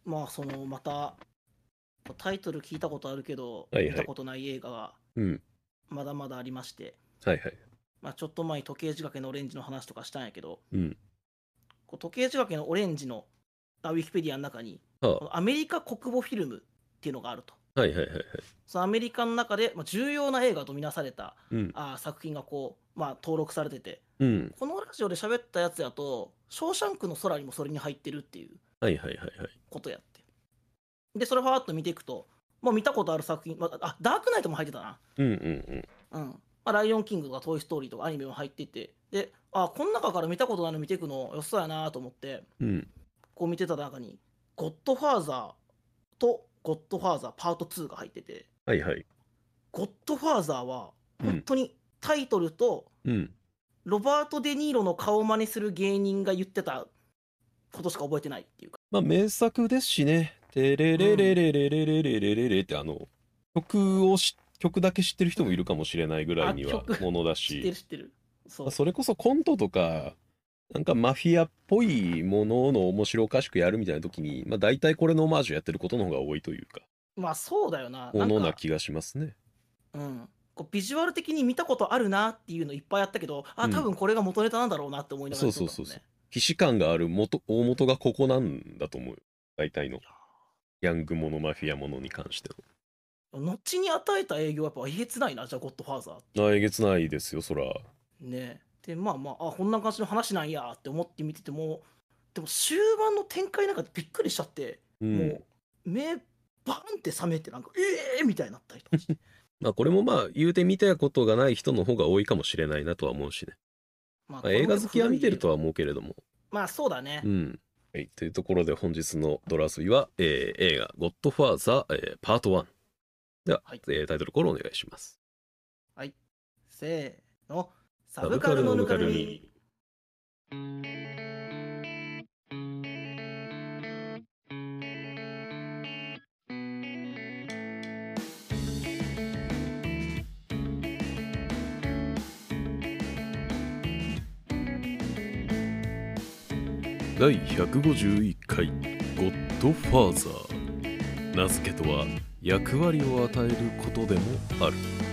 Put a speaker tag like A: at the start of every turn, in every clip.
A: まあまたタイトル聞いたことあるけど、
B: はいはい
A: 見たことない映画が
B: うん。
A: まだまだありまして、
B: はいはい。
A: まあ、ちょっと前に時計仕掛けのオレンジの話とかしたんやけど、
B: うん。
A: 時計仕掛けのオレンジのウィキペディアの中に、
B: は
A: このアメリカ国母フィルムっていうのがあると。
B: あ。はいはいはいはい。
A: そのアメリカの中で、重要な映画とみなされた
B: うん。
A: 作品が登録されてて、
B: うん。
A: このラジオで喋ったやつやと、ショーシャンクの空にもそれに入ってるっていう
B: はいはいはいはい。
A: ことやって。で、それをファーッと見ていくと、もう見たことある作品、ダークナイトも入ってたな。
B: うんうん
A: うん。ライオンキングとかトイ・ストーリーとかアニメも入っていて、で、この中から見たことないの見ていくのよそうやなと思って、
B: うん。うん。
A: こう見てた中に、ゴッドファーザーとゴッドファーザーパート2が入ってて、
B: はいはい。
A: ゴッドファーザーは
B: うん。
A: 本当にタイトルと
B: うん。
A: ロバート・デ・ニーロの顔を真似する芸人が言ってたことしか覚えてないっていうか。
B: まあ名作ですしね。テレレレレレレレレレレレって曲だけ知ってる人もいるかもしれないぐらいには
A: 曲
B: ものだ
A: 知ってる
B: し、
A: 知ってる。そう。
B: それこそコントとか、なんかマフィアっぽいものの面白おかしくやるみたいな時に、まあ大体これのオマージュやってることの方が多いというか、
A: まあそうだよな。
B: も
A: なんか、
B: のな気がしますね。
A: うん。こうビジュアル的に見たことあるなっていうのいっぱいあったけど、
B: うん
A: 多分これが元ネタなんだろうなって思いながら
B: そうそうそうそう。
A: やってたもんね。
B: 既視感がある大元がここなんだと思うよ。大体のヤングものマフィアものに関して
A: 後に与えた営業はやっぱえげつないな、じゃあゴッドファーザーって
B: は。えげつないですよ、そら。
A: ね。で、こんな感じの話なんやって思って見てても、でも終盤の展開なんかびっくりしちゃって、
B: うん
A: もう目バーンって覚めてなんかみたいになったりとかして。
B: まあこれもまあ言うて見たことがない人の方が多いかもしれないなとは思うしね。まあ、映画好きは見てるとは思うけれども。
A: まあそうだね。
B: うん。はい、というところで本日のドラ遊びは、映画「ゴッドファーザー、パート1」では、
A: はい
B: タイトルコールお願いします。
A: はい。せーの。サ
B: ブ
A: ブカルのぬかるみ。
B: 第151回ゴッドファーザー。名付けとは役割を与えることでもある。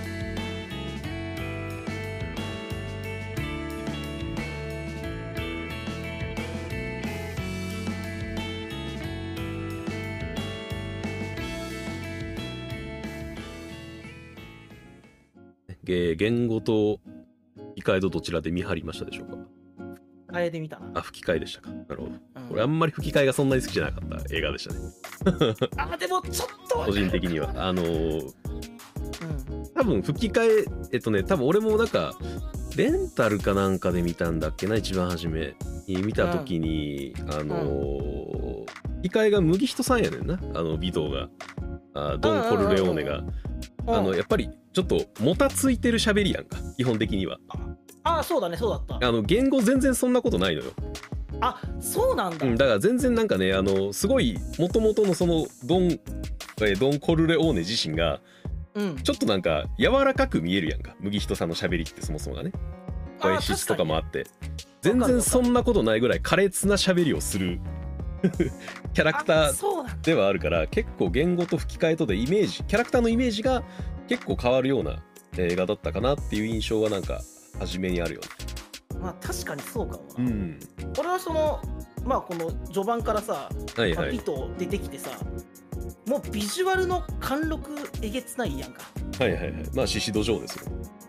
B: 言語と吹き替えとどちらで見張りましたでしょうか。
A: 替えで見たな。
B: 吹き替えでしたか。なるほど。
A: うん
B: これあんまり吹き替えがそんなに好きじゃなかった映画でしたね。
A: でもちょっと
B: 個人的には。
A: うん
B: 多分吹き替え、多分俺もなんか、レンタルかなんかで見たんだっけな、一番初めに見た時に、吹き替えが麦人さんやねんな、ビトが。ドン・コルレオーネが。やっぱりちょっともたついてる喋りやんか、基本的には。
A: そうだね、そうだった。
B: 言語全然そんなことないのよ。
A: そうなんだ。
B: だから全然なんかね、すごい元々のそのドン・コルレオーネ自身が、ちょっとなんか柔らかく見えるやんか、麦人さんの喋りってそもそもがね。声質とかもあって、全然そんなことないぐらい苛烈な喋りをするキャラクターではあるから、結構言語と吹き替えとでイメージ、キャラクターのイメージが結構変わるような映画だったかなっていう印象はなんか初めにあるよね。
A: 確かにそうかもな。
B: うん。
A: これはこの序盤からさ、ビト出てきてさ、もうビジュアルの貫禄えげつないやんか。
B: まあ獅子土壌ですよ。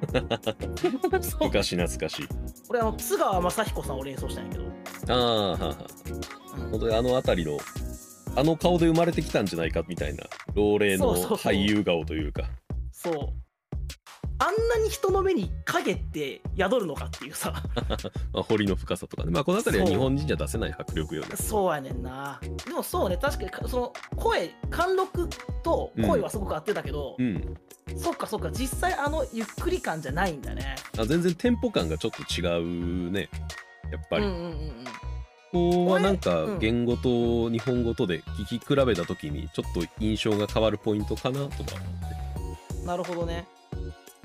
B: 昔懐かしい。
A: 俺津川雅彦さんを連想したんやけど。
B: 本当に辺りの顔で生まれてきたんじゃないかみたいな老齢の俳優顔というか。
A: そう。あんなに人の目に影って宿るのかっていうさ
B: 彫りの深さとかね。この辺りは日本人じゃ出せない迫力よね。
A: そうやねんな。でもそうね、確かにその貫禄と声はすごく合ってたけど、そっか実際ゆっくり感じゃないんだね。
B: 全然テンポ感がちょっと違うね、やっぱり。ここはなんか言語と日本語とで聞き比べた時にちょっと印象が変わるポイントかなとか思って。
A: なるほどね。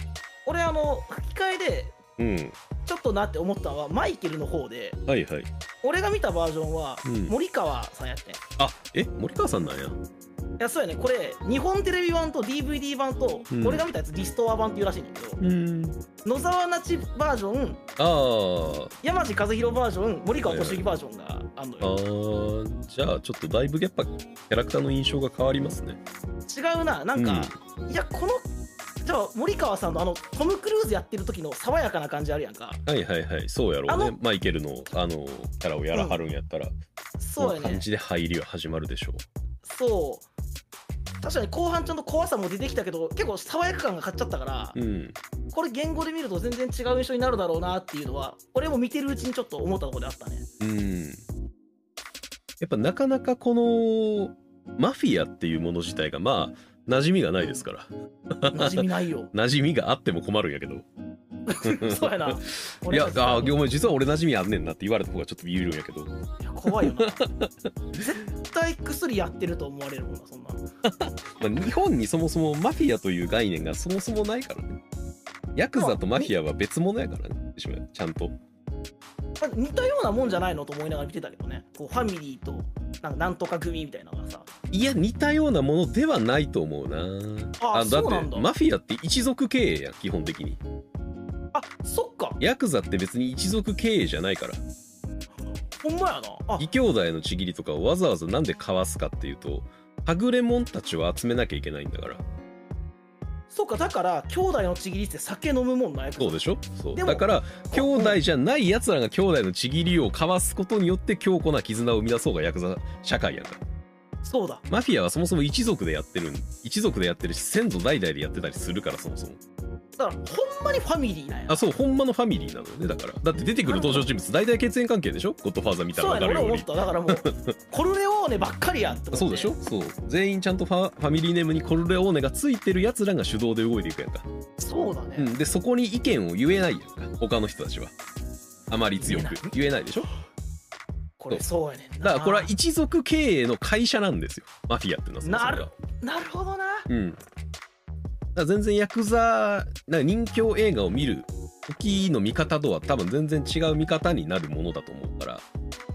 A: 俺吹き替えでちょっとなって思ったのはマイケルの方で、 俺が見たバージョンは森川さんやって、
B: あ、森川さんなんや。
A: いや、そうやね。これ日本テレビ版と DVD 版と、俺が見たやつリストア版っていうらしいんだけど、野沢那智バージョン、山地和弘バージョン、森川俊之バージョンがあんのよ。
B: じゃあちょっとだいぶやっぱキャラクターの印象が変わりますね。
A: 違うな、なんか、いや、このじゃあ森川さんのトム・クルーズやってる時の爽やかな感じあるやんか。
B: はいはいはい、そうやろうね。マイケルのキャラをやらはるんやったら、
A: そうやね。
B: 感じで入りは始まるでしょう。
A: そう、確かに後半ちゃんと怖さも出てきたけど、結構爽やか感が勝っちゃったから、これ言語で見ると全然違う印象になるだろうなっていうのは俺も見てるうちにちょっと思ったところであったね。
B: やっぱなかなかこのマフィアっていうもの自体がまあ馴染みがないですから。
A: 馴染みないよ。
B: 馴染みがあっても困るんやけど。
A: そうやな。
B: いや、お前実は俺馴染みあんねんなって言われた方がちょっとビビるんやけど。
A: いや、怖いよな。絶対薬やってると思われるもんな、そんな。
B: まあ日本にそもそもマフィアという概念がそもそもないからね。ヤクザとマフィアは別物やからね、ちゃんと。
A: 似たようなもんじゃないのと思いながら見てたけどね。こうファミリーとなんとか組みたいなのがさ。
B: いや、似たようなものではないと思うな。だってマフィアって一族経営やん、基本的に。
A: あ、そっか。
B: ヤクザって別に一族経営じゃないから。
A: ほんまやな。
B: 義兄弟のちぎりとかをわざわざなんで交わすかっていうと、はぐれ者たちを集めなきゃいけないんだから。
A: そうか、だから兄弟のちぎりって酒飲むもんなやつ。
B: そうでしょ。そうだから兄弟じゃないやつらが兄弟のちぎりを交わすことによって強固な絆を生み出そうがヤクザ社会やから。
A: そうだ。
B: マフィアはそもそも一族でやってるし、先祖代々でやってたりするから、そもそも。
A: だからほんまにファミリーなんや。
B: そう、ほんまのファミリーなのよね。だって出てくる登場人物大体血縁関係でしょ。ゴッドファーザー見たら分かるように。
A: そうやね、俺思った。だからもうコルレオーネばっかりやって。
B: そうでしょ。そう、全員ちゃんとファミリーネームにコルレオーネがついてるやつらが主導で動いていくやんか。
A: そうだね。
B: でそこに意見を言えないやんか、他の人たちは。あまり強く言えないでしょ。
A: これそうやねんな。
B: だからこれは一族経営の会社なんですよ、マフィアってのは。
A: なるほどな。
B: だから全然ヤクザ人気映画を見る時の見方とは多分全然違う見方になるものだと思うから。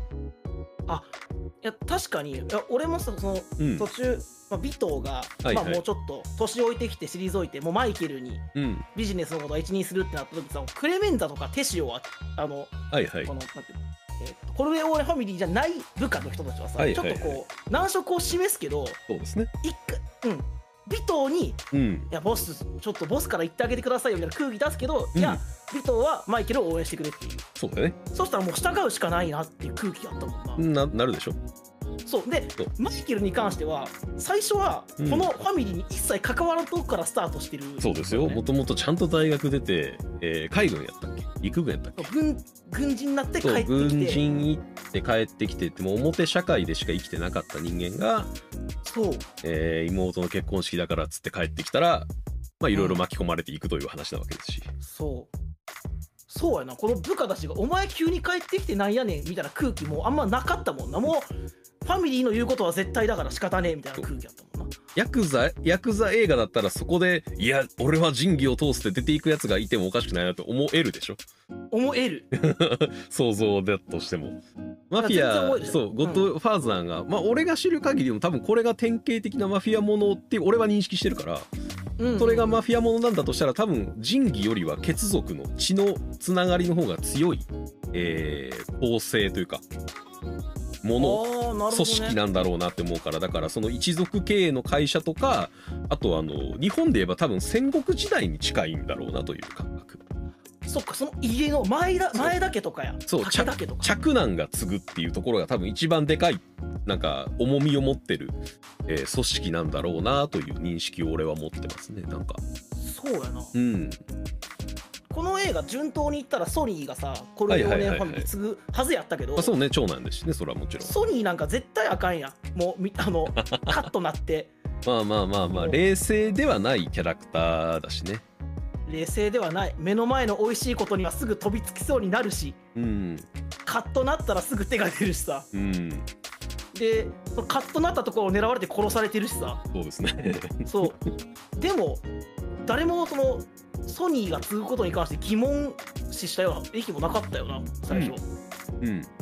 A: いや確かに、俺もさ、その途中、尾藤が、もうちょっと年老いてきて退いて、もうマイケルにビジネスのことを一任するってなった時さ、クレメンザとかテシオはこのなんていうの、コルレオーネファミリーじゃない部下の人たちはさ、ちょっとこう難色を示すけど、
B: そうですね。
A: 尾藤に、いやボス、ちょっとボスから言ってあげてくださいよみたいな空気出すけど、いや尾藤はマイケルを応援してくれっていう。
B: そうだね。
A: そしたらもう従うしかないなっていう空気があったもんな。
B: なるでしょ。
A: そうで、マイケルに関しては最初はこのファミリーに一切関わらんとこからスタートしてる、
B: そうですよ。もともとちゃんと大学出て、海軍やったっけ、陸軍やったっけ、
A: 軍人になって帰ってきて、
B: 軍人行って帰ってきてってもう表社会でしか生きてなかった人間が、
A: そう、
B: 妹の結婚式だからっつって帰ってきたら、いろいろ巻き込まれていくという話なわけですし、
A: そうやな。この部下たちがお前急に帰ってきてなんやねんみたいな空気もあんまなかったもんな。もうファミリーの言うことは絶対だから仕方ねえみたいな空気だったもんな。ヤク
B: ザ映画だったらそこで、いや俺は仁義を通して出ていくやつがいてもおかしくないなと思えるでしょ。
A: 思える。
B: 想像だとしても。マフィア、そう、ゴッドファーザーが、俺が知る限りでも多分これが典型的なマフィアものって俺は認識してるから、それがマフィアものなんだとしたら多分仁義よりは血族の血のつながりの方が強い、構成というか組織なんだろうなって思うから。だからその一族経営の会社とか、あと日本で言えば多分戦国時代に近いんだろうなという感覚。
A: そっか、その家の前田家とかや、
B: そう嫡男が継ぐっていうところが多分一番でかいなんか重みを持ってる、組織なんだろうなという認識を俺は持ってますね。なんか
A: そうやな。この映画順当に言ったらソニーがさ、コルレオーネファミリー継ぐはずやったけど、
B: そうね、長男ですしね、それはもちろん。
A: ソニーなんか絶対あかんやん。もうカットなって
B: 冷静ではないキャラクターだしね。
A: 冷静ではない。目の前の美味しいことにはすぐ飛びつきそうになるし、カットなったらすぐ手が出るしさ、でカットなったところを狙われて殺されてるしさ。
B: そうですね。
A: そうでも誰もそのソニーが継ぐことに関して疑問視したような駅もなかったよな最初。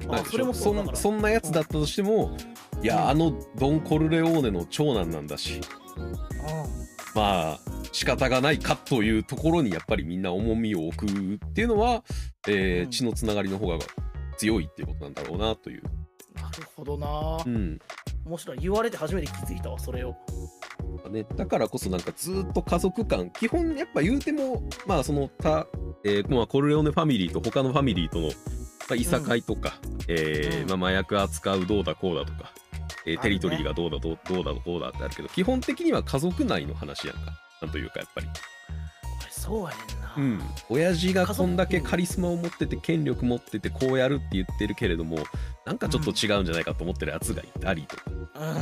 A: それもそうだから、
B: そんなやつだったとしても、いやドン・コルレオーネの長男なんだし、まあ仕方がないかというところにやっぱりみんな重みを置くっていうのは、血のつながりの方が強いっていうことなんだろうなという。
A: なるほどな。面白い。言われて初めて気づいたわ、それを。
B: ね、だからこそなんかずっと家族間、基本やっぱ言うても、まあそのコルレオーネファミリーと他のファミリーとの、いさかいとか、麻薬扱うどうだこうだとか、テリトリーがどうだこうだってあるけど、基本的には家族内の話やんか。なんというかやっぱり。
A: そうやねんな。
B: 親父がこんだけカリスマを持ってて権力持っててこうやるって言ってるけれども、なんかちょっと違うんじゃないかと思ってるやつがいたりとか、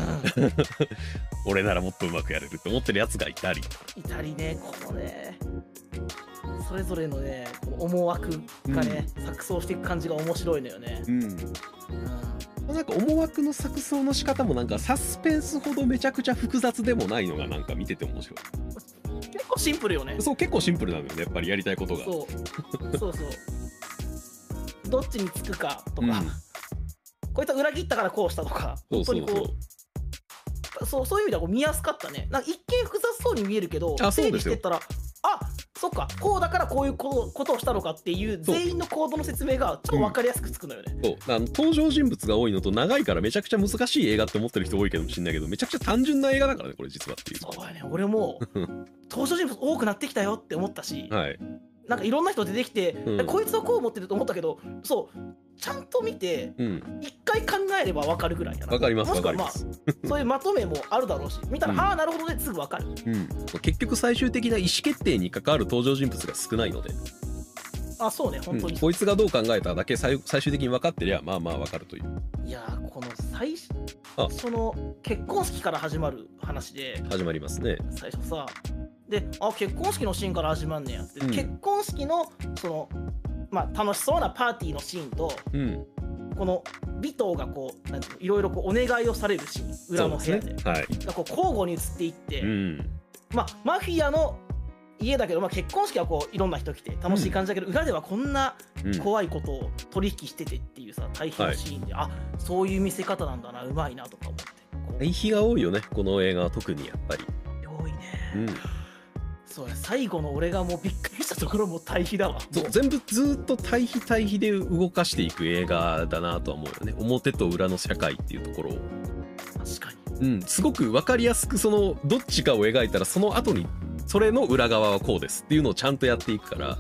B: 俺ならもっとうまくやれるって思ってるやつがいたり
A: ね。このね、それぞれのね思惑がね、錯綜していく感じが面白いのよね。
B: なんか思惑の錯綜の仕方もなんかサスペンスほどめちゃくちゃ複雑でもないのがなんか見てて面白い。
A: 結構シンプルよね。
B: そう、結構シンプルなのよね、やっぱりやりたいことが。
A: そうどっちにつくかとか、こいつは裏切ったからこうしたとか、本当にこうそういう意味では見やすかったね。なんか一見複雑そうに見えるけど、整理してったら、そっか、こうだからこういうことをしたのかっていう全員の行動の説明がちょっと分かりやすくつくのよね。
B: 登場人物が多いのと長いからめちゃくちゃ難しい映画って思ってる人多いかもしれないけど、めちゃくちゃ単純な映画だからね、これ実はっていう。
A: そうやね、俺も登場人物多くなってきたよって思ったし、なんかいろんな人出てきて、こいつはこう思ってると思ったけど、ちゃんと見て一回考えれば分かるぐらいやな。
B: 分かります。
A: もしくはまあそういうまとめもあるだろうし、見たらなるほどね、すぐ分かる。
B: 結局最終的な意思決定に関わる登場人物が少ないので、
A: そうね、本当に
B: こいつがどう考えただけ最終的に分かってりゃまあまあ分かるという。
A: いやこのその結婚式から始まる話で
B: 始まりますね、
A: 最初さ。で結婚式のシーンから始まんねやって、結婚式のその楽しそうなパーティーのシーンと、この尾藤がこういろいろお願いをされるシーン、裏の部屋でこう交互に移っていって、マフィアの家だけど、結婚式はこういろんな人来て楽しい感じだけど、裏ではこんな怖いことを取引しててっていうさ、対比のシーンで、そういう見せ方なんだな、うまいなとか思って。
B: 対比が多いよね、この映画は特にやっぱり。
A: 多いね。そうや、最後の俺がもうびっくりしたところも対比だわ。
B: 全部ずっと対比で動かしていく映画だなとは思うよね。表と裏の社会っていうところを。
A: 確かに。
B: すごく分かりやすくどっちかを描いたらその後にそれの裏側はこうですっていうのをちゃんとやっていくから。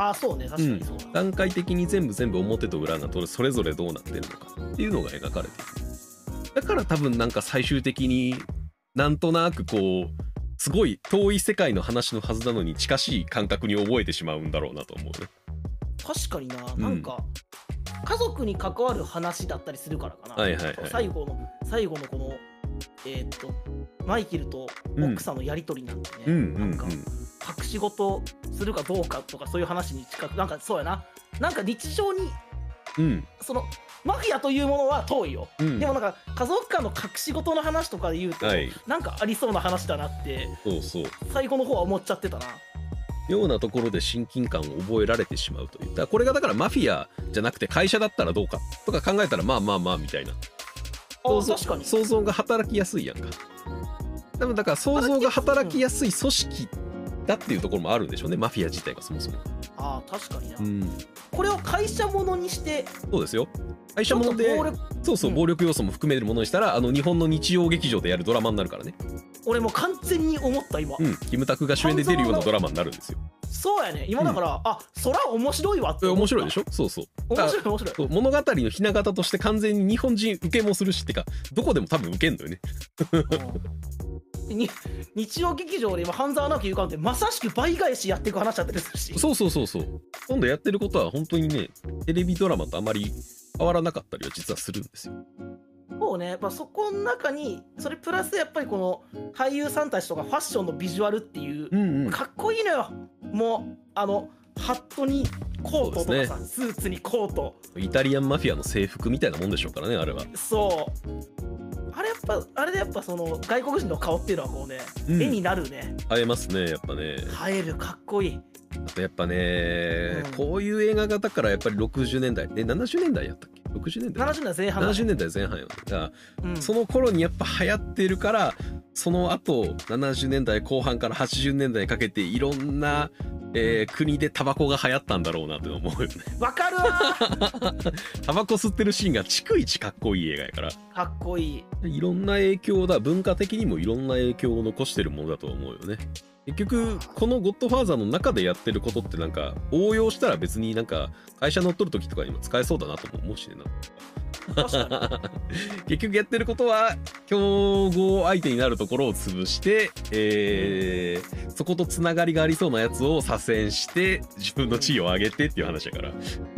A: そうね、確かにそうだ。
B: 段階的に全部表と裏がそれぞれどうなってるのかっていうのが描かれている。だから多分なんか最終的になんとなくこうすごい遠い世界の話のはずなのに近しい感覚に覚えてしまうんだろうなと思うね。
A: 確かにな、なんか家族に関わる話だったりするからかな。最後のこのマイケルと奥さんのやり取りなんてね、なんか隠し事するかどうかとかそういう話に近く、なんかそうやな、なんか日常に、そのマフィアというものは遠いよ、でもなんか家族間の隠し事の話とかで言うと、なんかありそうな話だなって最後の方は思っちゃってたな。
B: ようなところで親近感を覚えられてしまうという。これがだからマフィアじゃなくて会社だったらどうかとか考えたらまあみたいな。
A: 確かに
B: 想像が働きやすいやんか。でもだから想像が働きやすい組織だっていうところもあるんでしょうね、マフィア自体がそもそも。
A: 確かにな、これを会社ものにして。
B: そうですよ、会社もので暴力要素も含めるものにしたら、日本の日曜劇場でやるドラマになるからね。
A: 俺も完全に思った今、
B: キムタクが主演で出るようなドラマになるんですよ。
A: そうやね、今だから、そら面白いわって思った。
B: 面白いでしょ。面白い。物語のひな形として完全に日本人受けもするしってか、どこでも多分受けんのよね。
A: 日曜劇場で今半沢直樹言うかってまさしく倍返しやっていく話だったりするし。
B: そう今度やってることは本当にね、テレビドラマとあまり変わらなかったりは実はするんですよ。
A: そうね、そこの中にそれプラスやっぱりこの俳優さんたちとかファッションのビジュアルっていう、かっこいいのよ。もうハットにコートとかさ、スーツにコート、
B: イタリアンマフィアの制服みたいなもんでしょうからね、あれは。
A: あれでやっぱその外国人の顔っていうのはこうね、絵になるね。
B: 映えますね、やっぱね。
A: 映える、かっこいい。
B: あとやっぱね、こういう映画がだからやっぱり60年代70年代やったっけ、 60年代
A: 70年代前半だね、
B: 70年代前半よ。だから、その頃にやっぱ流行ってるから、その後70年代後半から80年代にかけていろんな、国でタバコが流行ったんだろうなって思うよね。
A: わかるわ
B: タバコ吸ってるシーンが逐一かっこいい映画やから。
A: かっこいい。
B: いろんな影響だ、文化的にもいろんな影響を残してるものだと思うよね。結局このゴッドファーザーの中でやってることってなんか応用したら別になんか会社乗っ取る時とかにも使えそうだなとも思うしね。結局やってることは競合相手になるところを潰して、そことつながりがありそうなやつを左遷して自分の地位を上げてっていう話だから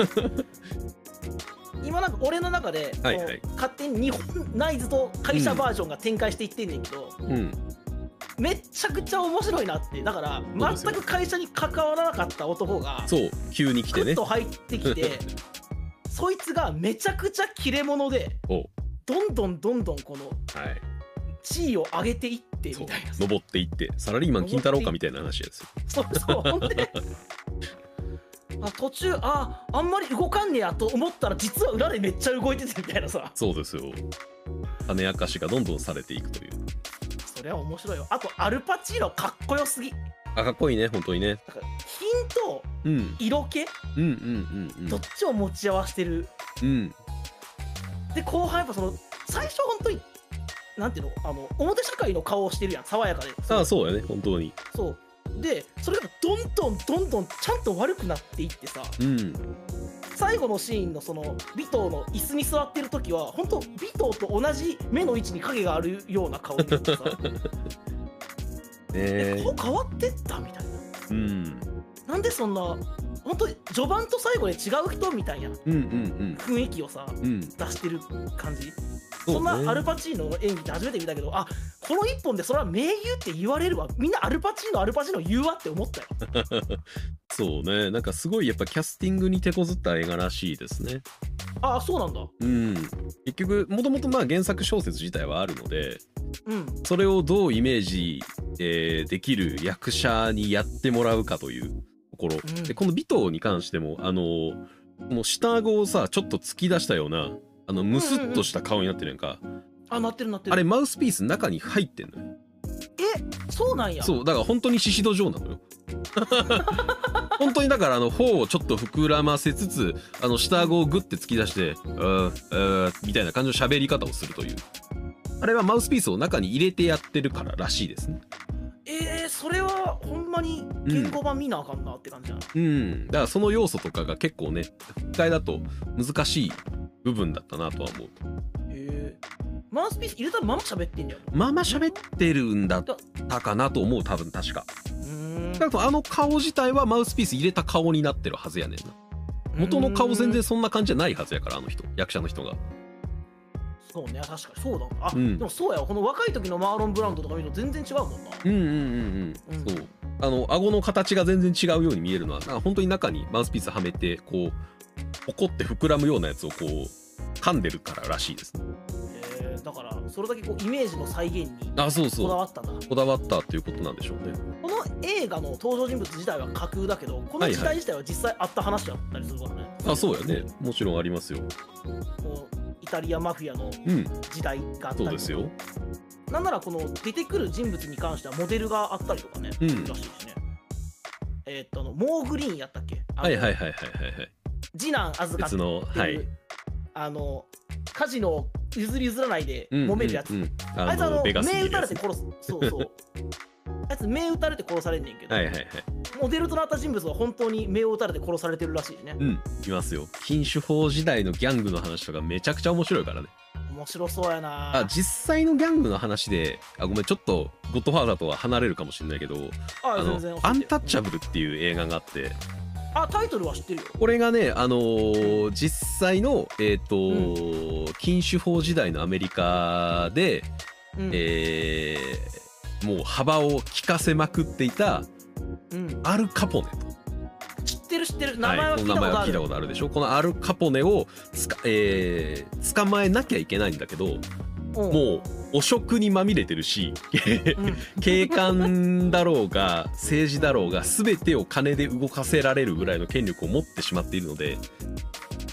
A: 今なんか俺の中で、はいはい、勝手に日本ナイズと会社バージョンが展開していってんねんけど、めっちゃくちゃ面白いなって。だから全く会社に関わらなかった男が
B: そう急に来てね、
A: グッと入ってきてそいつがめちゃくちゃ切れ者でどんどんこの地位を上げていってみたいな、
B: 登っていってサラリーマン金太郎かみたいな話ですよ。
A: そうほんで途中あんまり動かんねやと思ったら実は裏でめっちゃ動いててみたいなさ。
B: そうですよ。種明かしがどんどんされていくという。
A: それは面白いよ。あとアルパチーノかっこよすぎ。
B: かっこいいね本当にね。
A: だから品と色気、どっちを持ち合わせてる。で後半やっぱその最初本当になんていうの表社会の顔をしてるやん、爽やかで。
B: そうやね本当に。
A: そうでそれがどんどんちゃんと悪くなっていってさ、最後のシーンのその尾藤の椅子に座ってる時は本当尾藤と同じ目の位置に影があるような顔になってさこう変わってったみたいな、なんでそんな本当に序盤と最後で違う人みたいな雰囲気をさ、出してる感じ。そんなアルパチーノの演技って初めて見たけど、この一本でそれは名優って言われるわ、みんなアルパチーノ言うわって思ったよ
B: そうね、なんかすごいやっぱキャスティングに手こずった映画らしいですね。
A: そうなんだ。
B: 結局もともと原作小説自体はあるので、それをどうイメージ、できる役者にやってもらうかというところ、でこの尾藤に関してもこの下顎をさちょっと突き出したようなムスッとした顔になってるやんか。
A: なってる。
B: あれマウスピース中に入ってんのよ。
A: そうなんや。
B: そうだから本当にシシド状なのよ本当にだから頬をちょっと膨らませつつ下顎をグッて突き出してみたいな感じの喋り方をするという。あれはマウスピースを中に入れてやってるかららしいですね。
A: それはほんまに言語版見なあかんなって感じだな。
B: だからその要素とかが結構ね吹き替えだと難しい部分だったなとは思う。
A: マウスピース入れたまま喋ってんだよ。
B: まま喋ってるんだったかなと思う、多分確か。だから顔自体はマウスピース入れた顔になってるはずやねんな。元の顔全然そんな感じじゃないはずやから、役者の人が。
A: そうね、確かにそうだ。でもそうや、この若い時のマーロン・ブランドとか見ると全然違うもんな。
B: そう顎の形が全然違うように見えるのは本当に中にマウスピースはめてこうポコって膨らむようなやつをこう噛んでるかららしいですね。
A: だからそれだけこうイメージの再現にこだわったんだ。
B: こだわったっていうことなんでしょうね。
A: この映画の登場人物自体は架空だけど、この時代自体は実際あった話だったりするからね。
B: そうやね、もちろんありますよ。
A: イタリアマフィアの時代があったりとか、
B: そうですよ。
A: なんならこの出てくる人物に関してはモデルがあったりとかね、らしいしね。モーグリーンやったっけ？次男預かっていうカジノを譲らないで揉めるやつ。あいつ目打たれて殺す。あいつ目打たれて殺されんねんけど、モデルとなった人物は本当に目を打たれて殺されてるらしいね。
B: いますよ。禁酒法時代のギャングの話とかめちゃくちゃ面白いからね。
A: 面白そうやな。
B: 実際のギャングの話でごめんちょっとゴッドファーザーとは離れるかもしれないけど、アンタッチャブルっていう映画があって、
A: タイトルは知ってるよ。
B: これがね実際の禁酒法時代のアメリカで、もう幅を利かせまくっていたアル・カポネと。
A: 知ってる。名前は聞いたことある。
B: でしょ。このアル・カポネを捕まえなきゃいけないんだけど、もう汚職にまみれてるし警官だろうが政治だろうが全てを金で動かせられるぐらいの権力を持ってしまっているので、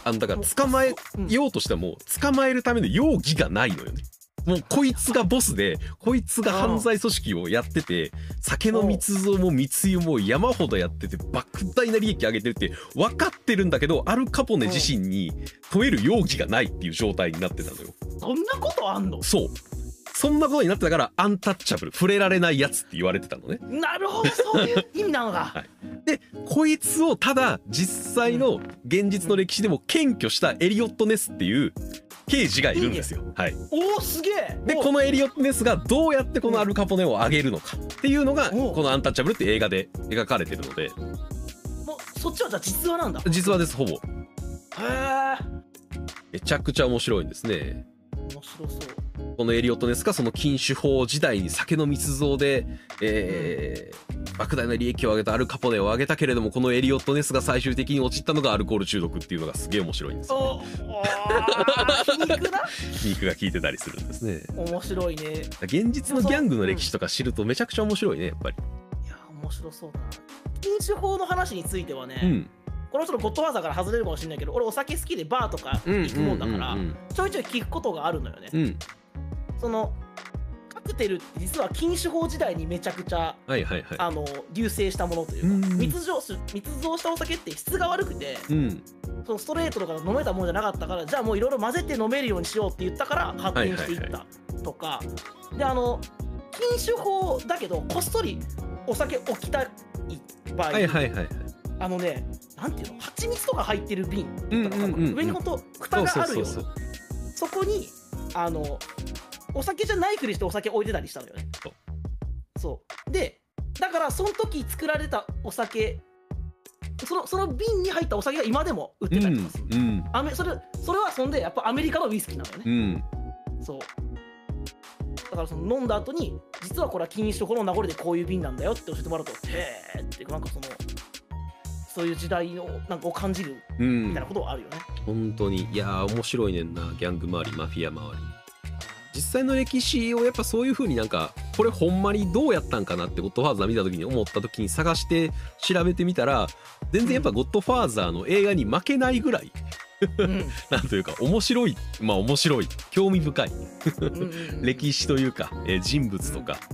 B: だから捕まえようとしても捕まえるための容疑がないのよね。もうこいつがボスでこいつが犯罪組織をやってて酒の密造も密輸も山ほどやってて莫大な利益上げてるって分かってるんだけど、アルカポネ自身に問える容疑がないっていう状態になってたのよ。
A: そんなことあんの？
B: そう、そんなことになってたからアンタッチャブル、触れられないやつって言われてたのね。
A: なるほど、そういう意味なのだ。
B: はい、でこいつをただ実際の現実の歴史でも検挙したエリオット・ネスっていう刑事がいるんですよ。はい、
A: おお、すげえ。
B: でこのエリオット・ネスがどうやってこのアルカポネを上げるのかっていうのがこのアンタッチャブルって映画で描かれてるので、
A: もうそっちはじゃあ実話なんだ。
B: 実話です、ほぼ。へ
A: え。
B: めちゃくちゃ面白いんですね。
A: 面白そう。
B: このエリオット・ネスがその禁酒法時代に酒の密造で、莫大な利益を上げたアルカポネを上げたけれども、このエリオット・ネスが最終的に陥ったのがアルコール中毒っていうのがすげえ面白いんですよ。
A: 皮肉な
B: 皮肉が効いてたりするんですね。
A: 面白いね。
B: 現実のギャングの歴史とか知るとめちゃくちゃ面白いね、やっぱり。
A: いや面白そうだな。禁酒法の話についてはね、これはちょっとゴッドファーザーから外れるかもしれないけど、俺お酒好きでバーとか行くもんだからちょいちょい聞くことがあるのよね。そのカクテルって実は禁酒法時代にめちゃくちゃ隆盛したものというか、密造したお酒って質が悪くて、そのストレートとか飲めたものじゃなかったから、じゃあもういろいろ混ぜて飲めるようにしようって言ったから発展していったとかで、禁酒法だけどこっそりお酒置きたい場合、なんていうの、蜂蜜とか入ってる瓶上にほんと蓋があるような、そこにお酒じゃないふりしてお酒置いてたりしたのよね。そうで、だからその時作られたお酒、その瓶に入ったお酒が今でも売ってたりとかする。それはそんでやっぱアメリカのウイスキーなのよね。そうだからその飲んだ後に実はこれは禁酒法の名残でこういう瓶なんだよって教えてもらうと、へーってなんかそういう時代のなんかを感じるみたいなことはあるよね。
B: 本当に、いや面白いねんな、ギャング周り、マフィア周り。実際の歴史をやっぱそういう風になんかこれほんまにどうやったんかなってゴッドファーザー見た時に思った時に探して調べてみたら、全然やっぱゴッドファーザーの映画に負けないぐらいなんというか面白い、面白い、興味深い歴史というか、人物とか、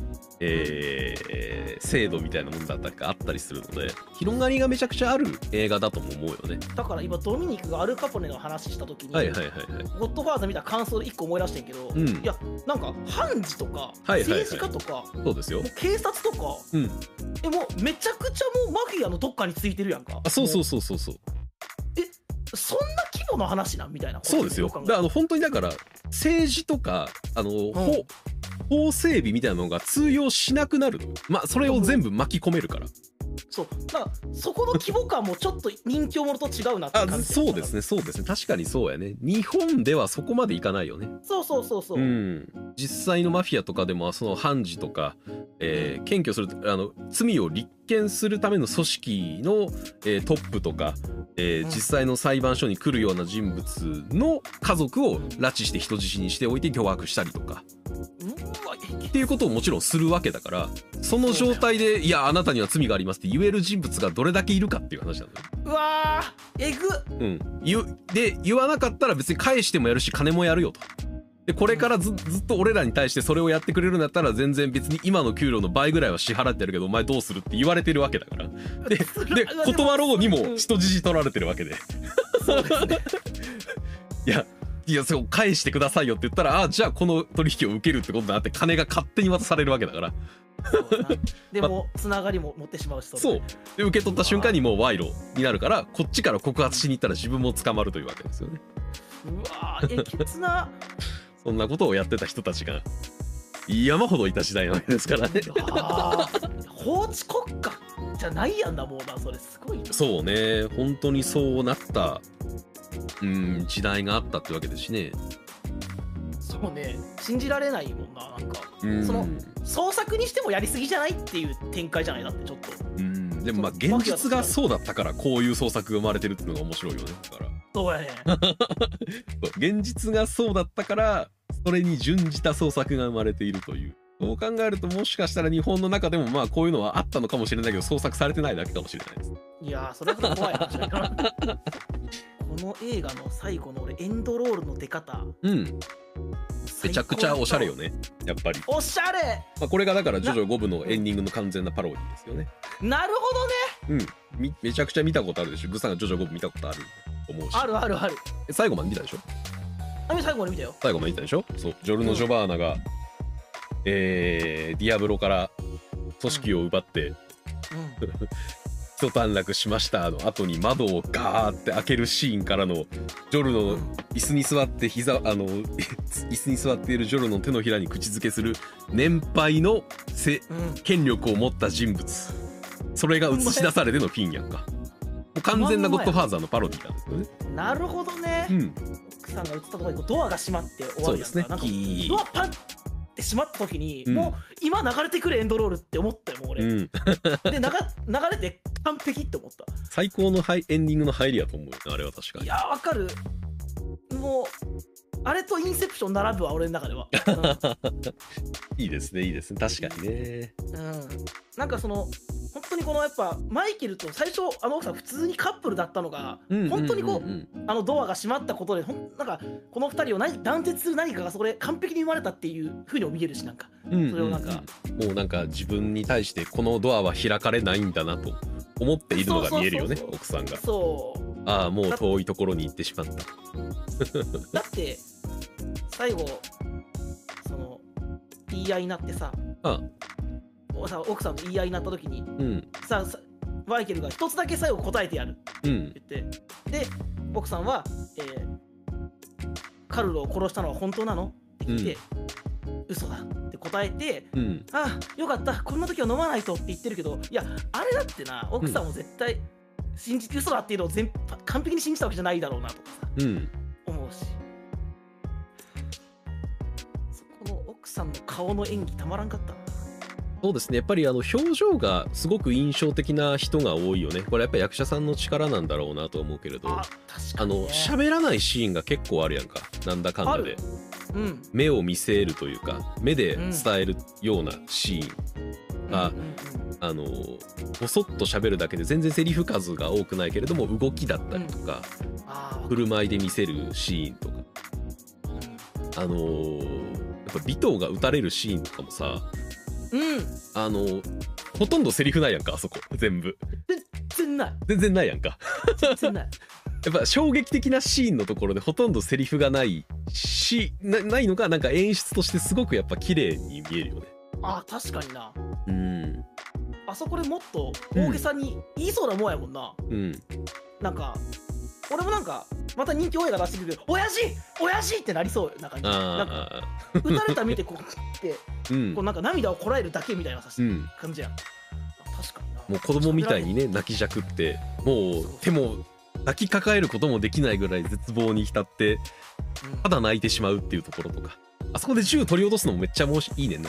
B: 制度みたいなものだったりがあったりするので、広がりがめちゃくちゃある映画だとも思うよね。
A: だから今ドミニクがアルカポネの話した時にゴッドファーザー見た感想で1個思い出してんけど、いやなんか判事とか政治家とか、
B: そうですよ、
A: 警察とか、もうめちゃくちゃもうマフィアのどっかについてるやんか。
B: そうそんな
A: 規模の話なんみたいな。
B: そうですよ。だから本当にだから政治とか法整備みたいなのが通用しなくなる。それを全部巻き込めるから。そうだから
A: そこの規模感もちょっと人気者と違うなって感じ。
B: そうですね確かにそうやね。日本ではそこまでいかないよね。
A: そう、
B: 実際のマフィアとかでもその判事とか、検挙する罪を立件するための組織の、トップとか、実際の裁判所に来るような人物の家族を拉致して人質にしておいて脅迫したりとかっていうことをもちろんするわけだから、その状態でいやあなたには罪がありますって言える人物がどれだけいるかっていう話なのよ。
A: うわーえぐ
B: で言わなかったら別に返してもやるし金もやるよと。でこれからずっと俺らに対してそれをやってくれるんだったら全然別に今の給料の倍ぐらいは支払ってやるけどお前どうするって言われてるわけだから。で断ろうにも人質取られてるわけで。
A: そうですね。
B: いやそう返してくださいよって言ったら、じゃあこの取引を受けるってことだなって金が勝手に渡されるわけだから。
A: でもつながりも持ってしまうし、
B: そうで受け取った瞬間にもう賄賂になるから、こっちから告発しに行ったら自分も捕まるというわけですよね。
A: うわえげつな
B: そんなことをやってた人たちが山ほどいた時代なわけですからね。
A: 法治国家じゃないやんだもうな。それすごいな。そう
B: ね、本当にそうなった時代があったってわけですしね。
A: そうね、信じられないもんな。なんかその創作にしてもやりすぎじゃないっていう展開じゃないなってちょっと。
B: でも現実がそうだったからこういう創作が生まれてるっていうのが面白いよね。だから
A: そうやね。
B: 現実がそうだったからそれに準じた創作が生まれているというそう考えるともしかしたら日本の中でもまあこういうのはあったのかもしれないけど創作されてないだけかもしれないです。
A: いやーそれは怖い話だからこの映画の最後の俺エンドロールの出方、
B: めちゃくちゃおしゃれよねやっぱり。
A: おしゃれ、
B: まあ、これがだからジョジョ5部のエンディングの完全なパロディですよね。
A: なるほどね。
B: めちゃくちゃ見たことあるでしょ。グさんがジョジョ5部見たことあると思うし。
A: あるあるある。
B: 最後まで見たでしょ。
A: 最後まで見たよ。
B: 最後まで見たでしょ。そう、ジョルノ・ジョバーナが、ディアブロから組織を奪って、一段落しましたの後に窓をガーって開けるシーンからのジョルの椅子に座って椅子に座っているジョルの手のひらに口づけする年配の権力を持った人物、それが映し出されてのフィンやんか。もう完全なゴッドファーザーのパロディなんですよね。
A: なるほどね。奥さんが映ったところにドアが閉まって終わるやんか。
B: そうですね。
A: なんかドアパンって閉まった時に、もう今流れてくるエンドロールって思ったよもう俺。で流れて完璧って思った。
B: 最高のエンディングの入りやと思うよあれは確かに。
A: いやわかる。もうあれとインセプション並ぶわ俺の中では。
B: いいですねいいですね確かにね。
A: なんかその本当にこのやっぱマイケルと最初奥さん普通にカップルだったのが本当にこうドアが閉まったことでなんかこの2人を断絶する何かがそこで完璧に生まれたっていう風にも見えるし、なんかそれをなんか
B: もうなんか自分に対してこのドアは開かれないんだなと思っているのが見えるよね奥さんが。そうああもう遠いところに行ってしまった。
A: だって最後その言い合いになってさ、奥さんと言い合いになった時に、さマイケルが一つだけ最後答えてやるって言って、で奥さんは、カルロを殺したのは本当なのって聞いて、嘘だって答えて、ああよかったこんな時は飲まないとって言ってるけど、いやあれだってな奥さんも絶対信じて嘘だっていうのを完璧に信じたわけじゃないだろうなとかさ、思うし、そこの奥さんの顔の演技たまらんかったな。
B: そうですねやっぱり表情がすごく印象的な人が多いよね。これやっぱり役者さんの力なんだろうなと思うけれど、喋らないシーンが結構あるやんか、なんだかんだで。目を見せるというか目で伝えるようなシーンがぼそっと喋るだけで全然セリフ数が多くないけれども動きだったりとか振る舞いで見せるシーンとかやっぱ尾藤が撃たれるシーンとかもさ、ほとんどセリフないやんかあそこ全部。全然ないやんか。全然ない。やっぱ衝撃的なシーンのところでほとんどセリフがないないのがなんか演出としてすごくやっぱ綺麗に見えるよね。
A: 確かにな。あそこでもっと大げさに言いそうなもんやもんな。なんか俺もなんかまた人気映画出してくるけど親父ってなりそうな感じ。なんか撃たれた見てこうってこうなんか涙をこらえるだけみたいな感じやん。確かにな。
B: もう子供みたいにね泣きじゃくってもう手も抱きかかえることもできないぐらい絶望に浸ってただ泣いてしまうっていうところとか、あそこで銃取り落とすのもめっちゃいいねんな。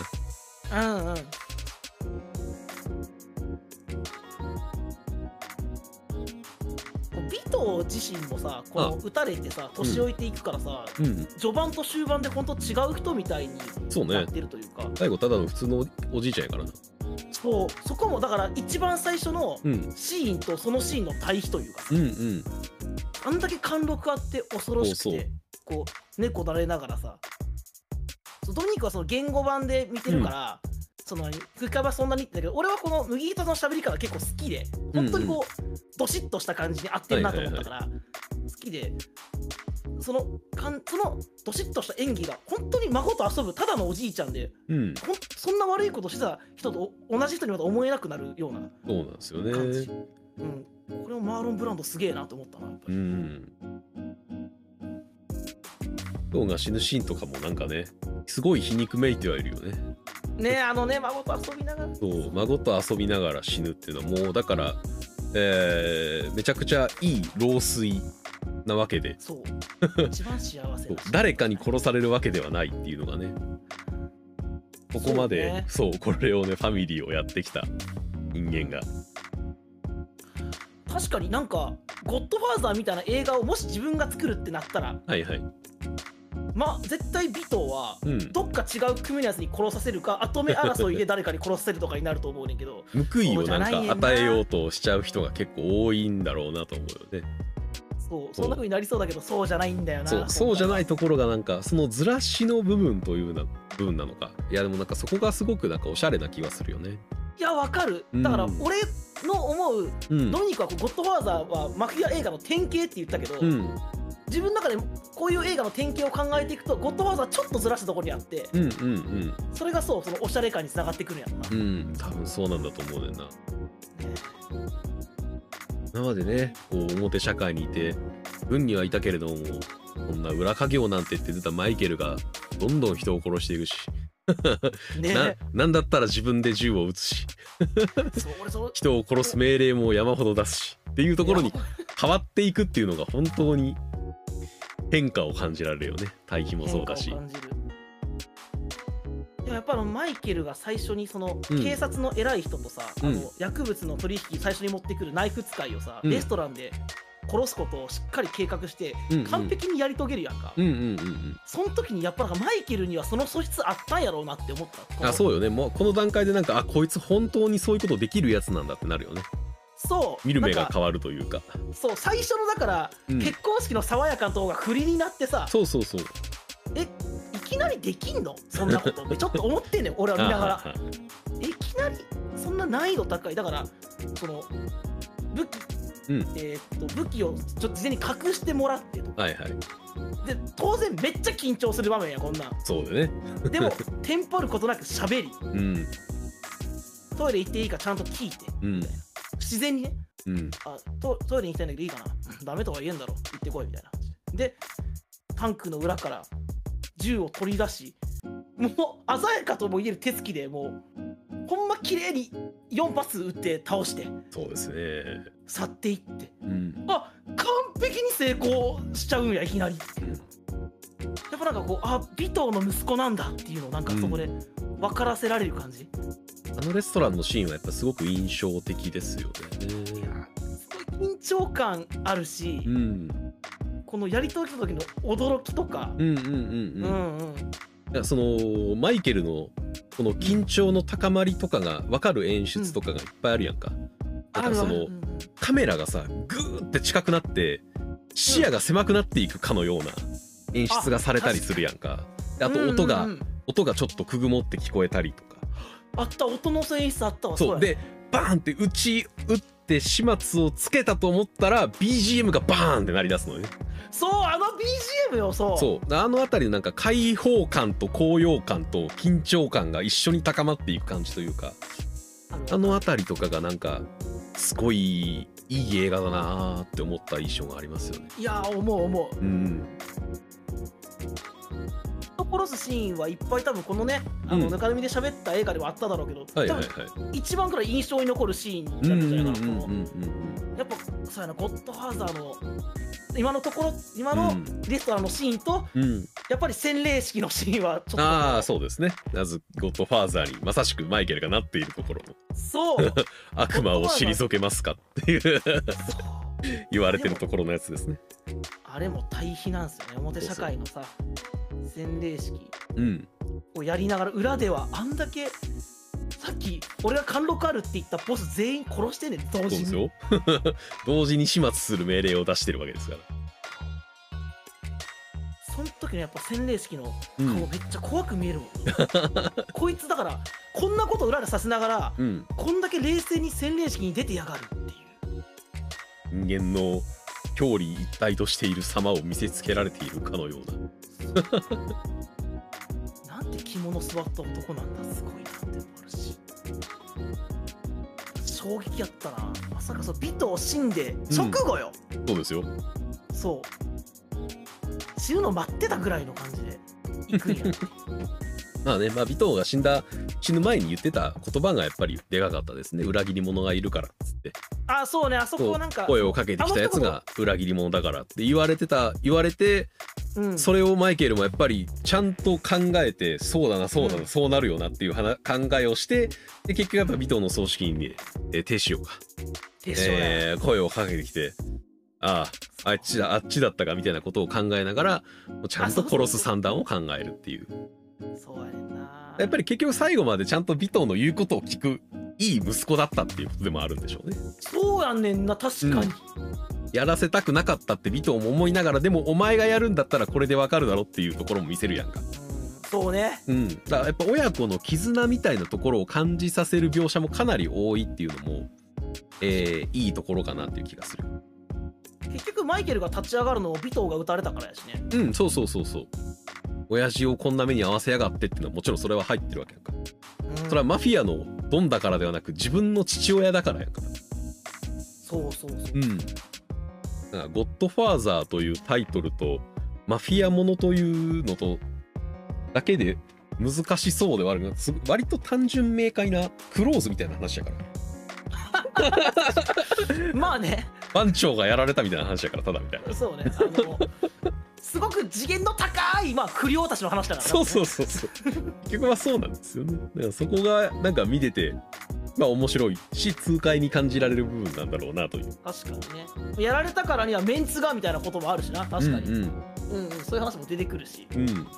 A: 尾藤自身もさこの撃たれてさ年老いていくからさ、序盤と終盤で本当違う人みたいになってるというか、
B: 最後ただの普通のおじいちゃんやからな。
A: そこもだから一番最初のシーンとそのシーンの対比というか、あんだけ貫禄あって恐ろしくてこう猫だれながらさ、ドミニクはその言語版で見てるから、その吹き替えはそんなにってだけど、俺はこの麦人の喋り方結構好きで、本当にこうドシッとした感じに合ってるなと思ったから好きで、そのドシッとした演技が本当に孫と遊ぶただのおじいちゃんで、そんな悪いことしてた人と同じ人にまた思えなくなるような感じ。
B: そうなんですよね。
A: これもマーロン・ブランドすげえなと思ったなやっぱり。
B: ローが死ぬシーンとかもなんかねすごい皮肉めいてはいるよね。
A: 孫と遊びながら。
B: 孫と遊びながら死ぬっていうのはもうだから、めちゃくちゃいい老衰なわけで、
A: 一番幸せな
B: 誰かに殺されるわけではないっていうのがね、ここまでこれをねファミリーをやってきた人間が。
A: 確かになんかゴッドファーザーみたいな映画をもし自分が作るってなったら、 まあ絶対尾藤はどっか違う組のやつに殺させるか、後目争いで誰かに殺させるとかになると思うねんけど
B: 報いをなんか与えようとしちゃう人が結構多いんだろうなと思うよね。
A: そんな風になりそうだけどそうじゃないんだよな。
B: そうじゃないところがなんかそのずらしの部分という部分なのか。いやでもなんかそこがすごくなんかおしゃれな気がするよね。
A: いやわかる。だから俺の思う、ドミニクはゴッドファーザーはマフィア映画の典型って言ったけど、自分の中でこういう映画の典型を考えていくとゴッドファーザーちょっとずらしたところにあって、それがそのおしゃれ感につながってくるんやろ
B: な。多分そうなんだと思うねんな。今までねこう表社会にいて軍にはいたけれども、こんな裏稼業なんてって出たマイケルがどんどん人を殺していくしなんだったら自分で銃を撃つし人を殺す命令も山ほど出すしっていうところに変わっていくっていうのが本当に変化を感じられるよね。対比もそうだし。
A: やっぱマイケルが最初にその警察の偉い人とさ、薬物の取引最初に持ってくるナイフ使いをさ、レストランで殺すことをしっかり計画して完璧にやり遂げるやんか。その時にやっぱマイケルにはその素質あったんやろうなって思った。
B: そうよね。もうこの段階でなんかこいつ本当にそういうことできるやつなんだってなるよね。
A: そう
B: 見る目が変わるというか。
A: そう最初のだから、結婚式の爽やかなとこが振りになってさ、
B: そう
A: いきなりできんのそんなことちょっと思ってんねん俺は見ながらいきなりそんな難易度高い。だからその武器、武器をちょっと事前に隠してもらってとか、で当然めっちゃ緊張する場面やこんなん。
B: そうだね
A: でもテンパることなく喋り、トイレ行っていいかちゃんと聞いて、みたいな自然にね、トイレに行きたいんだけどいいかな、ダメとは言えんだろ、行ってこいみたいな。でタンクの裏から銃を取り出し、もう鮮やかとも言える手つきでもうほんま綺麗に4発撃って倒して、
B: そうですね、
A: 去っていって、完璧に成功しちゃうんやいきなり。やっぱなんかこう尾藤の息子なんだっていうのをなんかそこで分からせられる感じ。
B: あのレストランのシーンはやっぱすごく印象的ですよね。
A: いやすごい緊張感あるし、このやり取りの時の驚きとか、
B: そのマイケルのこの緊張の高まりとかが分かる演出とかがいっぱいあるやんか。だからそのカメラがさグーって近くなって視野が狭くなっていくかのような演出がされたりするやんか。あと音がちょっとくぐもって聞こえたりとか
A: あった。音の演出あったわ。
B: そうでバーンって打って始末をつけたと思ったら BGM がバーンって鳴り出すのね。
A: そうあの BGM よ。
B: そうあの辺りのなんか開放感と高揚感と緊張感が一緒に高まっていく感じというか、あの辺りとかがなんかすごいいい映画だなーって思った印象がありますよね。
A: いや思う。人殺すシーンはいっぱい多分このねぬかるみで喋った映画ではあっただろうけど、多分一番くらい印象に残るシーンになるんじゃないかな。やっぱそうやな、ゴッドファーザーの今のレストランのシーンと、やっぱり洗礼式のシーンはちょっと
B: そうですね。まずゴッドファーザーにまさしくマイケルがなっているところも
A: そう
B: 悪魔を退けますかっていう言われてるところのやつですね。
A: あれも対比なんですよね。表社会のさ洗礼式をやりながら裏ではあんだけさっき俺が貫禄あるって言ったボス全員殺してんねん同時に。
B: そうですよ同時に始末する命令を出してるわけですから。
A: その時のやっぱ洗礼式の顔めっちゃ怖く見えるもん、こいつだからこんなこと裏でさせながら、こんだけ冷静に洗礼式に出てやがるっていう。
B: 人間の表裏一体としている様を見せつけられているかのよう
A: ななんて着物座った男なんだ、すごいなって思うし、衝撃やったな。まさかそう尾藤死んで直後よ、
B: そうですよ。
A: そう死ぬの待ってたぐらいの感じで行くんや
B: まあね、尾藤が死ぬ前に言ってた言葉がやっぱりでかかったですね。裏切り者がいるからっつって。
A: そうね、あそこなんか
B: 声をかけてきたやつが裏切り者だからって言われて、それをマイケルもやっぱりちゃんと考えて、そうだなそうなるよなっていう考えをして、で結局やっぱ尾藤の葬式にテシオが声をかけてきて、 あっちだったかみたいなことを考えながらちゃんと殺す算段を考えるっていう。
A: そうやねんな。
B: やっぱり結局最後までちゃんと尾藤の言うことを聞くいい息子だったっていうことでもあるんでしょうね。
A: そうやねんな、確かに、
B: やらせたくなかったって尾藤も思いながら、でもお前がやるんだったらこれでわかるだろっていうところも見せるやんか。
A: そうね。
B: だからやっぱ親子の絆みたいなところを感じさせる描写もかなり多いっていうのも、いいところかなっていう気がする。
A: 結局マイケルが立ち上がるのを尾藤が撃たれたからやしね。
B: そう親父をこんな目に遭わせやがってっていうのはもちろんそれは入ってるわけやんか。それはマフィアのドンだからではなく自分の父親だからやんか。
A: そう
B: だからゴッドファーザーというタイトルとマフィアものというのとだけで難しそうではあるが、割と単純明快なクローズみたいな話やから
A: まあね、
B: 番長がやられたみたいな話やからただみたいな。
A: そうね、すごく次元の高い不良たちの話だから、
B: ね、そう結局はそうなんですよね。だからそこがなんか見てて面白いし痛快に感じられる部分なんだろうなという。
A: 確かにね、やられたからにはメンツがみたいなこともあるしな。確かに、そういう話も出てくるし、